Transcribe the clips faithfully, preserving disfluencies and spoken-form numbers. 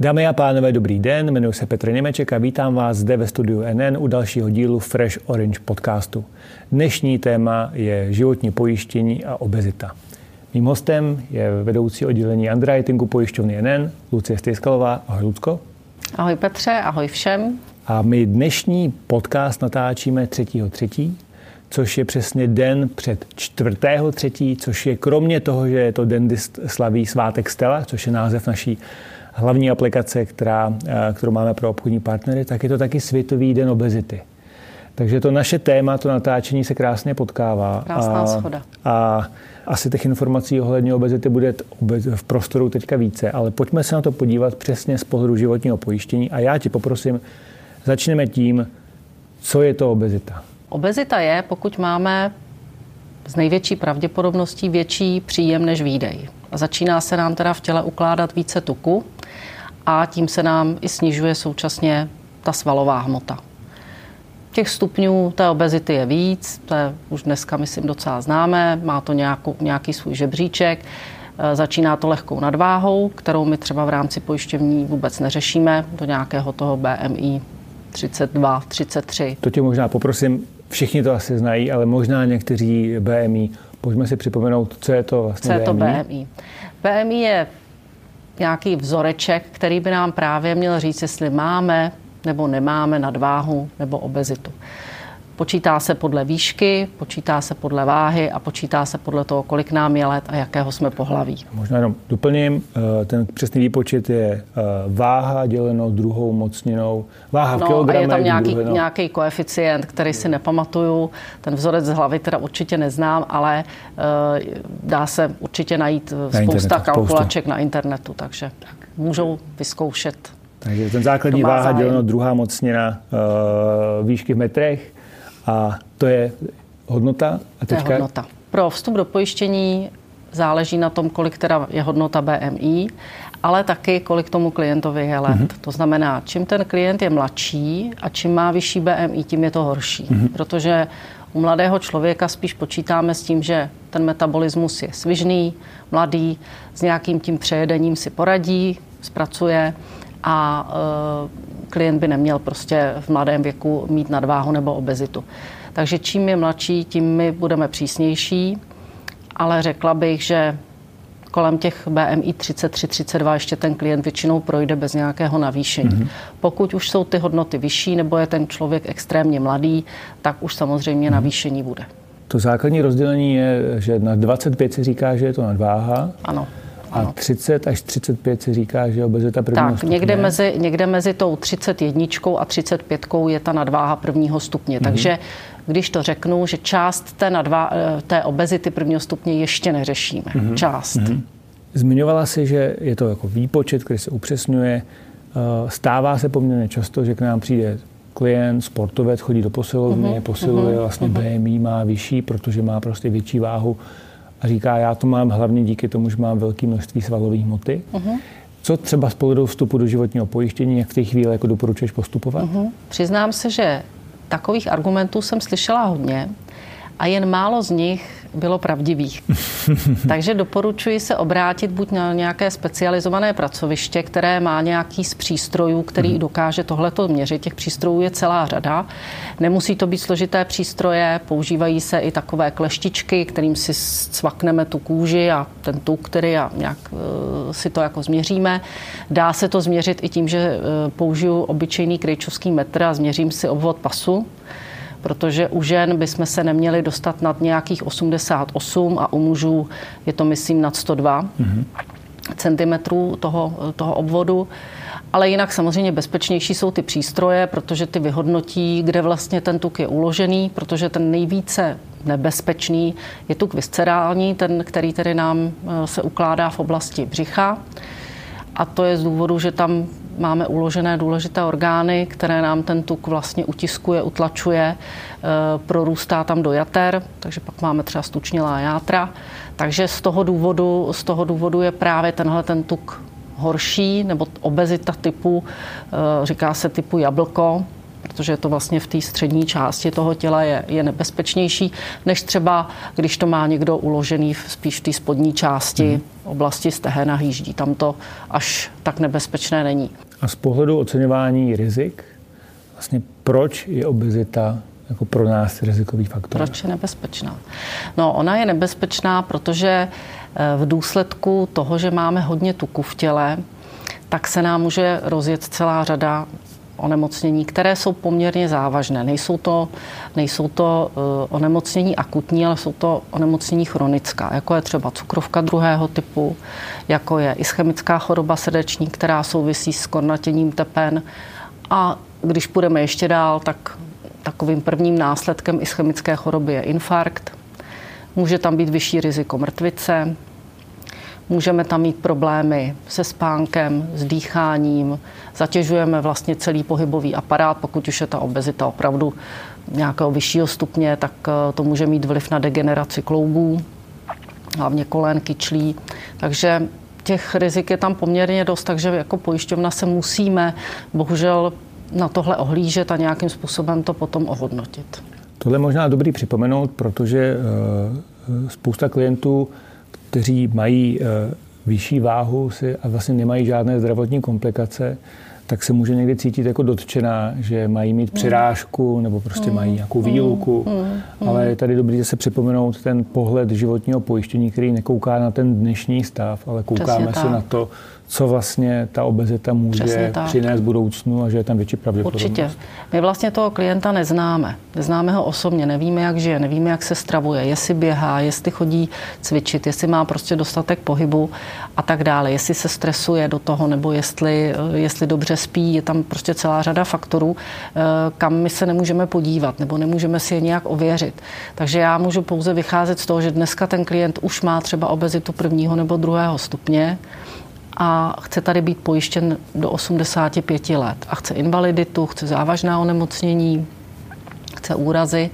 Dámy a pánové, dobrý den, jmenuji se Petr Němeček a vítám vás zde ve studiu N N u dalšího dílu Fresh Orange podcastu. Dnešní téma je životní pojištění a obezita. Mým hostem je vedoucí oddělení underwritingu pojišťovny N N, Lucie Stejskalová. Ahoj, Lucko. Ahoj Petře, ahoj všem. A my dnešní podcast natáčíme třetího třetího což je přesně den před čtvrtého třetího což je kromě toho, že je to den, kdy slaví svátek Stella, což je název naší hlavní aplikace, která, kterou máme pro obchodní partnery, tak je to taky Světový den obezity. Takže to naše téma, to natáčení se krásně potkává. Krásná shoda. A asi těch informací ohledně obezity bude v prostoru teďka více, ale pojďme se na to podívat přesně z pohledu životního pojištění. A já tě poprosím, začneme tím, co je to obezita. Obezita je, pokud máme s největší pravděpodobností větší příjem než výdej. A začíná se nám teda v těle ukládat více tuku a tím se nám i snižuje současně ta svalová hmota. Těch stupňů té obezity je víc, to je už dneska, myslím, docela známé, má to nějakou, nějaký svůj žebříček. Začíná to lehkou nadváhou, kterou my třeba v rámci pojišťovní vůbec neřešíme, do nějakého toho B M I třicet dva, třicet tři. To tě možná poprosím, všichni to asi znají, ale možná někteří B M I. Pojďme si připomenout, co je to vlastně co je to B M I. B M I. B M I je nějaký vzoreček, který by nám právě měl říct, jestli máme nebo nemáme nadváhu nebo obezitu. Počítá se podle výšky, počítá se podle váhy a počítá se podle toho, kolik nám je let a jakého jsme pohlaví. Možná jenom doplním, ten přesný výpočet je váha děleno druhou mocninou. Váha v no, kilogramech. A je tam nějaký, druhé, no. nějaký koeficient, který si nepamatuju. Ten vzorec z hlavy teda určitě neznám, ale uh, dá se určitě najít na spousta internetu, kalkulaček spoustu. na internetu, takže můžou vyzkoušet. Takže ten základní váha zájem. Děleno druhá mocnina uh, výšky v metrech a to je hodnota. A teďka... To je hodnota. Pro vstup do pojištění záleží na tom, kolik teda je hodnota B M I, ale taky kolik tomu klientovi je let. Mm-hmm. To znamená, čím ten klient je mladší a čím má vyšší B M I, tím je to horší. Mm-hmm. Protože u mladého člověka spíš počítáme s tím, že ten metabolismus je svižný, mladý, s nějakým tím přejedením si poradí, zpracuje a e, klient by neměl prostě v mladém věku mít nadváhu nebo obezitu. Takže čím je mladší, tím my budeme přísnější, ale řekla bych, že kolem těch B M I třicet tři třicet dva ještě ten klient většinou projde bez nějakého navýšení. Mm-hmm. Pokud už jsou ty hodnoty vyšší nebo je ten člověk extrémně mladý, tak už samozřejmě mm-hmm. navýšení bude. To základní rozdělení je, že na dvacet pět se říká, že je to nadváha. Ano. A třicet až třicet pět se říká, že je obezita prvního tak, stupně. Tak, někde mezi, někde mezi tou třicet jedna a třicet pět je ta nadváha prvního stupně. Mm-hmm. Takže když to řeknu, že část té, nadvá, té obezity prvního stupně ještě neřešíme. Mm-hmm. Část. Mm-hmm. Zmiňovala si, že je to jako výpočet, který se upřesňuje. Stává se poměrně často, že k nám přijde klient, sportovec, chodí do posilovny, mm-hmm. posiluje, vlastně mm-hmm. B M I má vyšší, protože má prostě větší váhu. A říká, já to mám hlavně díky tomu, že mám velké množství svalové hmoty. Uh-huh. Co třeba z pohledu vstupu do životního pojištění, jak v té chvíli jako doporučuješ postupovat? Uh-huh. Přiznám se, že takových argumentů jsem slyšela hodně a jen málo z nich bylo pravdivých. Takže doporučuji se obrátit buď na nějaké specializované pracoviště, které má nějaký z přístrojů, který mm. dokáže tohleto měřit. Těch přístrojů je celá řada. Nemusí to být složité přístroje, používají se i takové kleštičky, kterým si cvakneme tu kůži a ten tuk, který a nějak uh, si to jako změříme. Dá se to změřit i tím, že uh, použiju obyčejný krejčovský metr a změřím si obvod pasu, protože u žen bychom se neměli dostat nad nějakých osmdesát osm a u mužů je to, myslím, nad sto dva mm-hmm. centimetrů toho, toho obvodu. Ale jinak samozřejmě bezpečnější jsou ty přístroje, protože ty vyhodnotí, kde vlastně ten tuk je uložený, protože ten nejvíce nebezpečný je tuk viscerální, ten, který tedy nám se ukládá v oblasti břicha. A to je z důvodu, že tam máme uložené důležité orgány, které nám ten tuk vlastně utiskuje, utlačuje, prorůstá tam do jater, takže pak máme třeba stučnělá játra. Takže z toho důvodu, z toho důvodu je právě tenhle ten tuk horší, nebo obezita typu, říká se typu jablko, protože je to vlastně v té střední části toho těla je, je nebezpečnější, než třeba, když to má někdo uložený v, spíš v té spodní části hmm. oblasti stehen a hýždí. Tam to až tak nebezpečné není. A z pohledu oceňování rizik, vlastně proč je obezita jako pro nás rizikový faktor? Proč je nebezpečná? No, ona je nebezpečná, protože v důsledku toho, že máme hodně tuku v těle, tak se nám může rozjet celá řada onemocnění, které jsou poměrně závažné. Nejsou to, nejsou to uh, onemocnění akutní, ale jsou to onemocnění chronická, jako je třeba cukrovka druhého typu, jako je ischemická choroba srdeční, která souvisí s kornatěním tepen. A když půjdeme ještě dál, tak takovým prvním následkem ischemické choroby je infarkt. Může tam být vyšší riziko mrtvice, můžeme tam mít problémy se spánkem, s dýcháním, zatěžujeme vlastně celý pohybový aparát, pokud už je ta obezita opravdu nějakého vyššího stupně, tak to může mít vliv na degeneraci kloubů, hlavně kolen, kyčlí. Takže těch rizik je tam poměrně dost, takže jako pojišťovna se musíme bohužel na tohle ohlížet a nějakým způsobem to potom ohodnotit. Tohle je možná dobrý připomenout, protože spousta klientů, kteří mají vyšší váhu si a vlastně nemají žádné zdravotní komplikace, tak se může někdy cítit jako dotčená, že mají mít přirážku nebo prostě mm. mají nějakou výluku. Mm. Mm. Ale je tady dobrý zase připomenout ten pohled životního pojištění, který nekouká na ten dnešní stav, ale koukáme se na to, co vlastně ta obezita může přinést v budoucnu a že je tam větší pravděpodobnost. Určitě. My vlastně toho klienta neznáme. Neznáme ho osobně, nevíme, jak žije, nevíme, jak se stravuje, jestli běhá, jestli chodí cvičit, jestli má prostě dostatek pohybu a tak dále, jestli se stresuje do toho, nebo jestli, jestli dobře spí. Je tam prostě celá řada faktorů, kam my se nemůžeme podívat, nebo nemůžeme si je nějak ověřit. Takže já můžu pouze vycházet z toho, že dneska ten klient už má třeba obezitu prvního nebo druhého stupně, a chce tady být pojištěn do osmdesáti pěti let a chce invaliditu, chce závažná onemocnění, chce úrazy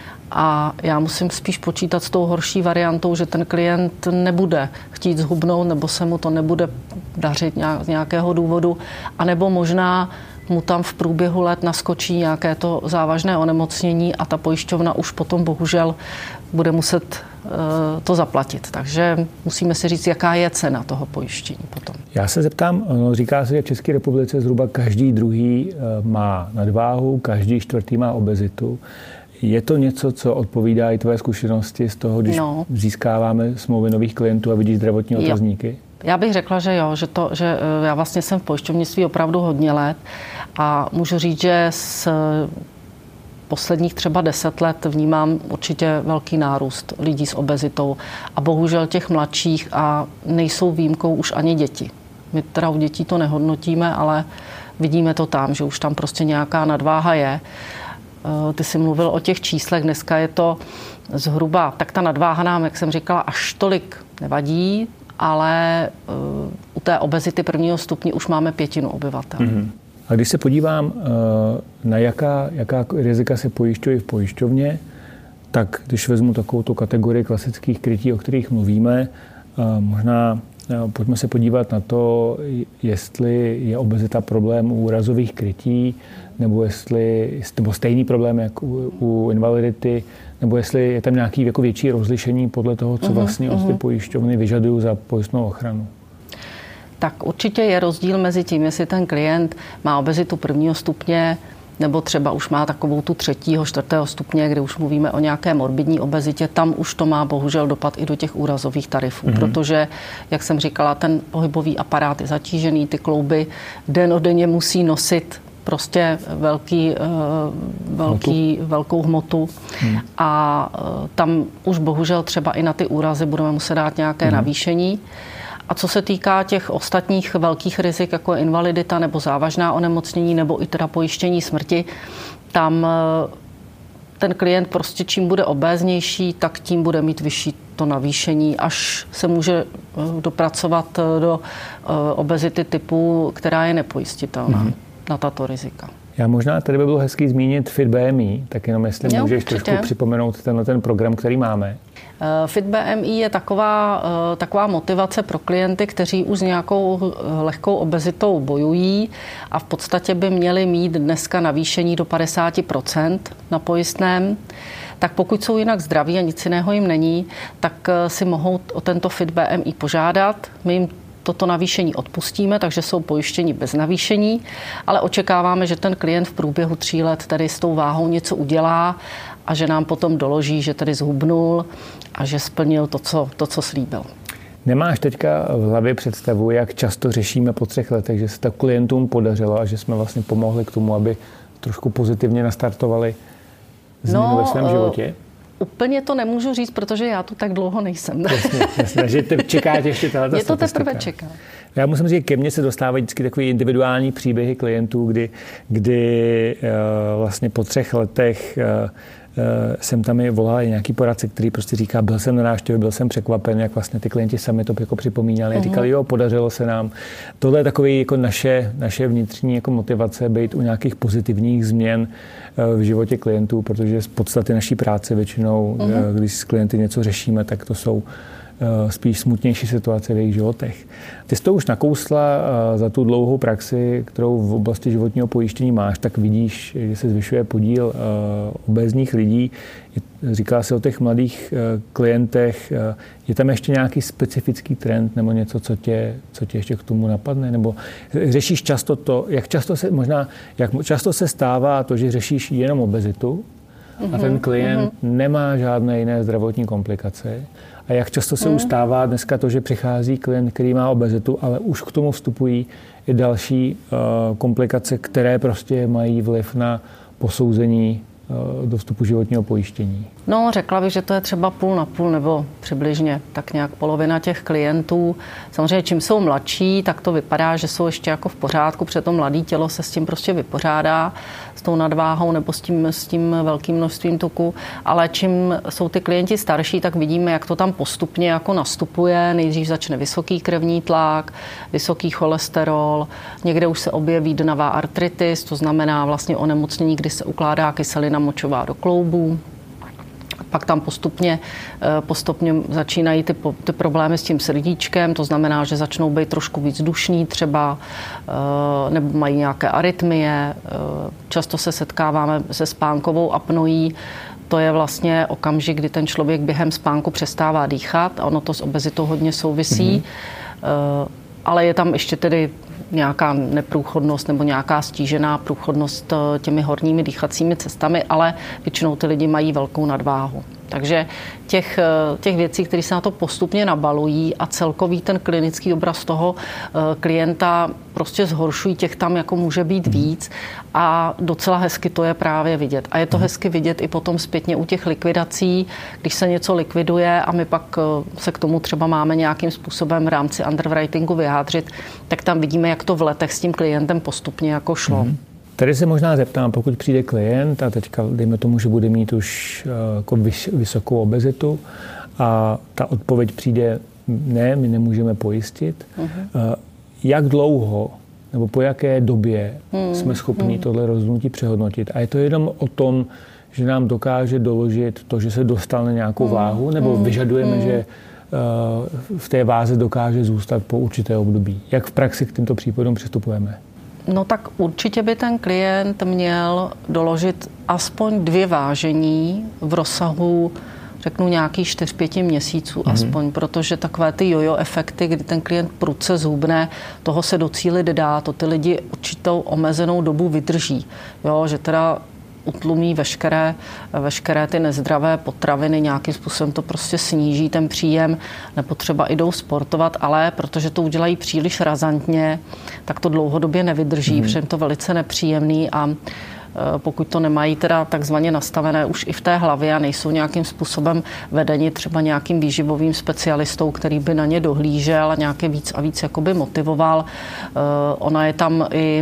a já musím spíš počítat s tou horší variantou, že ten klient nebude chtít zhubnout nebo se mu to nebude dařit z nějakého důvodu, anebo možná mu tam v průběhu let naskočí nějaké to závažné onemocnění a ta pojišťovna už potom bohužel bude muset to zaplatit. Takže musíme si říct, jaká je cena toho pojištění potom. Já se zeptám, no, říká se, že v České republice zhruba každý druhý má nadváhu, každý čtvrtý má obezitu. Je to něco, co odpovídá i tvoje zkušenosti z toho, když no. získáváme smlouvy nových klientů a vidíš zdravotní otazníky? Já bych řekla, že jo, že, to, že já vlastně jsem v pojišťovnictví opravdu hodně let a můžu říct, že s posledních třeba deset let vnímám určitě velký nárůst lidí s obezitou a bohužel těch mladších a nejsou výjimkou už ani děti. My teda u dětí to nehodnotíme, ale vidíme to tam, že už tam prostě nějaká nadváha je. Ty jsi mluvil o těch číslech, dneska je to zhruba, tak ta nadváha nám, jak jsem říkala, až tolik nevadí, ale u té obezity prvního stupně už máme pětinu obyvatel. Mm-hmm. A když se podívám, na jaká, jaká rizika se pojišťují v pojišťovně, tak když vezmu takovou tu kategorii klasických krytí, o kterých mluvíme, možná pojďme se podívat na to, jestli je obezita problém u úrazových krytí, nebo jestli nebo stejný problém jako u, u invalidity, nebo jestli je tam nějaký jako větší rozlišení podle toho, co vlastně od ty pojišťovny vyžadují za pojistnou ochranu. Tak určitě je rozdíl mezi tím, jestli ten klient má obezitu prvního stupně, nebo třeba už má takovou tu třetího, čtvrtého stupně, kde už mluvíme o nějaké morbidní obezitě, tam už to má bohužel dopad i do těch úrazových tarifů, mm-hmm. protože, jak jsem říkala, ten pohybový aparát je zatížený, ty klouby den o denně musí nosit prostě velký, velký, velkou hmotu hmm. a tam už bohužel třeba i na ty úrazy budeme muset dát nějaké hmm. navýšení. A co se týká těch ostatních velkých rizik, jako je invalidita nebo závažná onemocnění nebo i teda pojištění smrti, tam ten klient prostě čím bude obéznější, tak tím bude mít vyšší to navýšení, až se může dopracovat do obezity typu, která je nepojistitelná. Hmm. na tato rizika. Já možná tady by bylo hezký zmínit Fit B M I, tak jenom jestli jo, můžeš určitě. trošku připomenout tenhle ten program, který máme. Fit B M I je taková, taková motivace pro klienty, kteří už s nějakou lehkou obezitou bojují a v podstatě by měli mít dneska navýšení do padesát procent na pojistném. Tak pokud jsou jinak zdraví a nic jiného jim není, tak si mohou o tento Fit B M I požádat. My jim toto navýšení odpustíme, takže jsou pojištěni bez navýšení, ale očekáváme, že ten klient v průběhu tří let tady s tou váhou něco udělá a že nám potom doloží, že tady zhubnul a že splnil to, co, to, co slíbil. Nemáš teďka v hlavě představu, jak často řešíme po třech letech, že se to klientům podařilo a že jsme vlastně pomohli k tomu, aby trošku pozitivně nastartovali změnu no, ve svém životě? Úplně to nemůžu říct, protože já tu tak dlouho nejsem. Jasně, jasně, že te čekáš ještě tato statistika. Je to teprve čeká. Já musím říct, ke mně se dostávají vždycky takové individuální příběhy klientů, kdy, kdy uh, vlastně po třech letech uh, jsem tam i volal i nějaký poradce, který prostě říká, byl jsem na návštěvě, byl jsem překvapen, jak vlastně ty klienti sami to jako připomínali. Uh-huh. Říkali, jo, podařilo se nám. Tohle je takový jako naše, naše vnitřní jako motivace být u nějakých pozitivních změn v životě klientů, protože z podstaty naší práce většinou, uh-huh. když s klienty něco řešíme, tak to jsou spíš smutnější situace v jejich životech. Ty jsi to už nakousla za tu dlouhou praxi, kterou v oblasti životního pojištění máš, tak vidíš, že se zvyšuje podíl obézních lidí. Říká se o těch mladých klientech. Je tam ještě nějaký specifický trend nebo něco, co tě, co tě ještě k tomu napadne? Nebo řešíš často to, jak často se, možná, jak často se stává to, že řešíš jenom obezitu a ten klient mm-hmm. nemá žádné jiné zdravotní komplikace? A jak často se mm. ustává dneska to, že přichází klient, který má obezitu, ale už k tomu vstupují i další uh, komplikace, které prostě mají vliv na posouzení uh, do vstupu životního pojištění? No, řekla bych, že to je třeba půl na půl nebo přibližně tak nějak polovina těch klientů. Samozřejmě, čím jsou mladší, tak to vypadá, že jsou ještě jako v pořádku, protože to mladé tělo se s tím prostě vypořádá, s tou nadváhou nebo s tím, s tím velkým množstvím tuku, ale čím jsou ty klienti starší, tak vidíme, jak to tam postupně jako nastupuje. Nejdřív začne vysoký krevní tlak, vysoký cholesterol, někde už se objeví dnavá artritis, to znamená vlastně onemocnění, kdy se ukládá kyselina močová do kloubů. Pak tam postupně, postupně začínají ty, ty problémy s tím srdíčkem, to znamená, že začnou být trošku víc dušný třeba, nebo mají nějaké arytmie. Často se setkáváme se spánkovou apnoí. To je vlastně okamžik, kdy ten člověk během spánku přestává dýchat a ono to s obezitou hodně souvisí. Mm-hmm. Ale je tam ještě tedy nějaká neprůchodnost nebo nějaká stížená průchodnost těmi horními dýchacími cestami, ale většinou ty lidi mají velkou nadváhu. Takže těch, těch věcí, které se na to postupně nabalují a celkový ten klinický obraz toho klienta prostě zhoršují, těch tam jako může být víc a docela hezky to je právě vidět. A je to hezky vidět i potom zpětně u těch likvidací, když se něco likviduje a my pak se k tomu třeba máme nějakým způsobem v rámci underwritingu vyjádřit, tak tam vidíme, jak to v letech s tím klientem postupně jako šlo. Mm-hmm. Tady se možná zeptám, pokud přijde klient a teďka dejme tomu, že bude mít už jako vysokou obezitu a ta odpověď přijde, ne, my nemůžeme pojistit. Uh-huh. Jak dlouho nebo po jaké době hmm. jsme schopni hmm. tohle rozhodnutí přehodnotit? A je to jenom o tom, že nám dokáže doložit to, že se dostal na nějakou hmm. váhu, nebo hmm. vyžadujeme, hmm. že uh, v té váze dokáže zůstat po určité období? Jak v praxi k těmto případům přistupujeme? No tak určitě by ten klient měl doložit aspoň dvě vážení v rozsahu, řeknu, nějakých čtyř, pěti měsíců mm-hmm. aspoň, protože takové ty jojo efekty, kdy ten klient prudce zhubne, toho se docílit dá, to ty lidi určitou omezenou dobu vydrží. Jo, že teda utlumí veškeré, veškeré ty nezdravé potraviny, nějakým způsobem to prostě sníží ten příjem, nebo třeba jdou sportovat, ale protože to udělají příliš razantně, tak to dlouhodobě nevydrží, mm. protože je to velice nepříjemný a pokud to nemají teda takzvaně nastavené už i v té hlavě a nejsou nějakým způsobem vedeni třeba nějakým výživovým specialistou, který by na ně dohlížel a nějaké víc a víc jakoby motivoval. Ona je tam i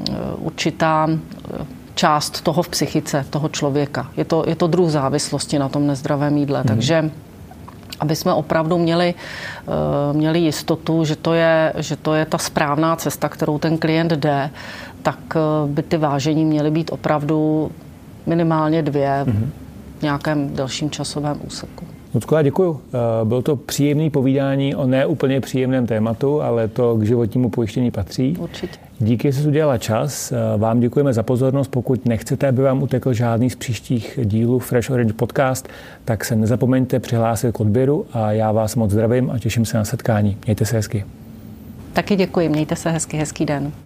určitá část toho v psychice, toho člověka. Je to, je to druh závislosti na tom nezdravém jídle, mm. takže aby jsme opravdu měli, měli jistotu, že to, je, že to je ta správná cesta, kterou ten klient jde, tak by ty vážení měly být opravdu minimálně dvě mm-hmm. v nějakém delším časovém úseku. Lucko, já děkuju. Bylo to příjemné povídání o ne úplně příjemném tématu, ale to k životnímu pojištění patří. Určitě. Díky, že jsi udělala čas. Vám děkujeme za pozornost. Pokud nechcete, aby vám utekl žádný z příštích dílů Fresh Orange Podcast, tak se nezapomeňte přihlásit k odběru a já vás moc zdravím a těším se na setkání. Mějte se hezky. Taky děkuji. Mějte se hezky. Hezký den.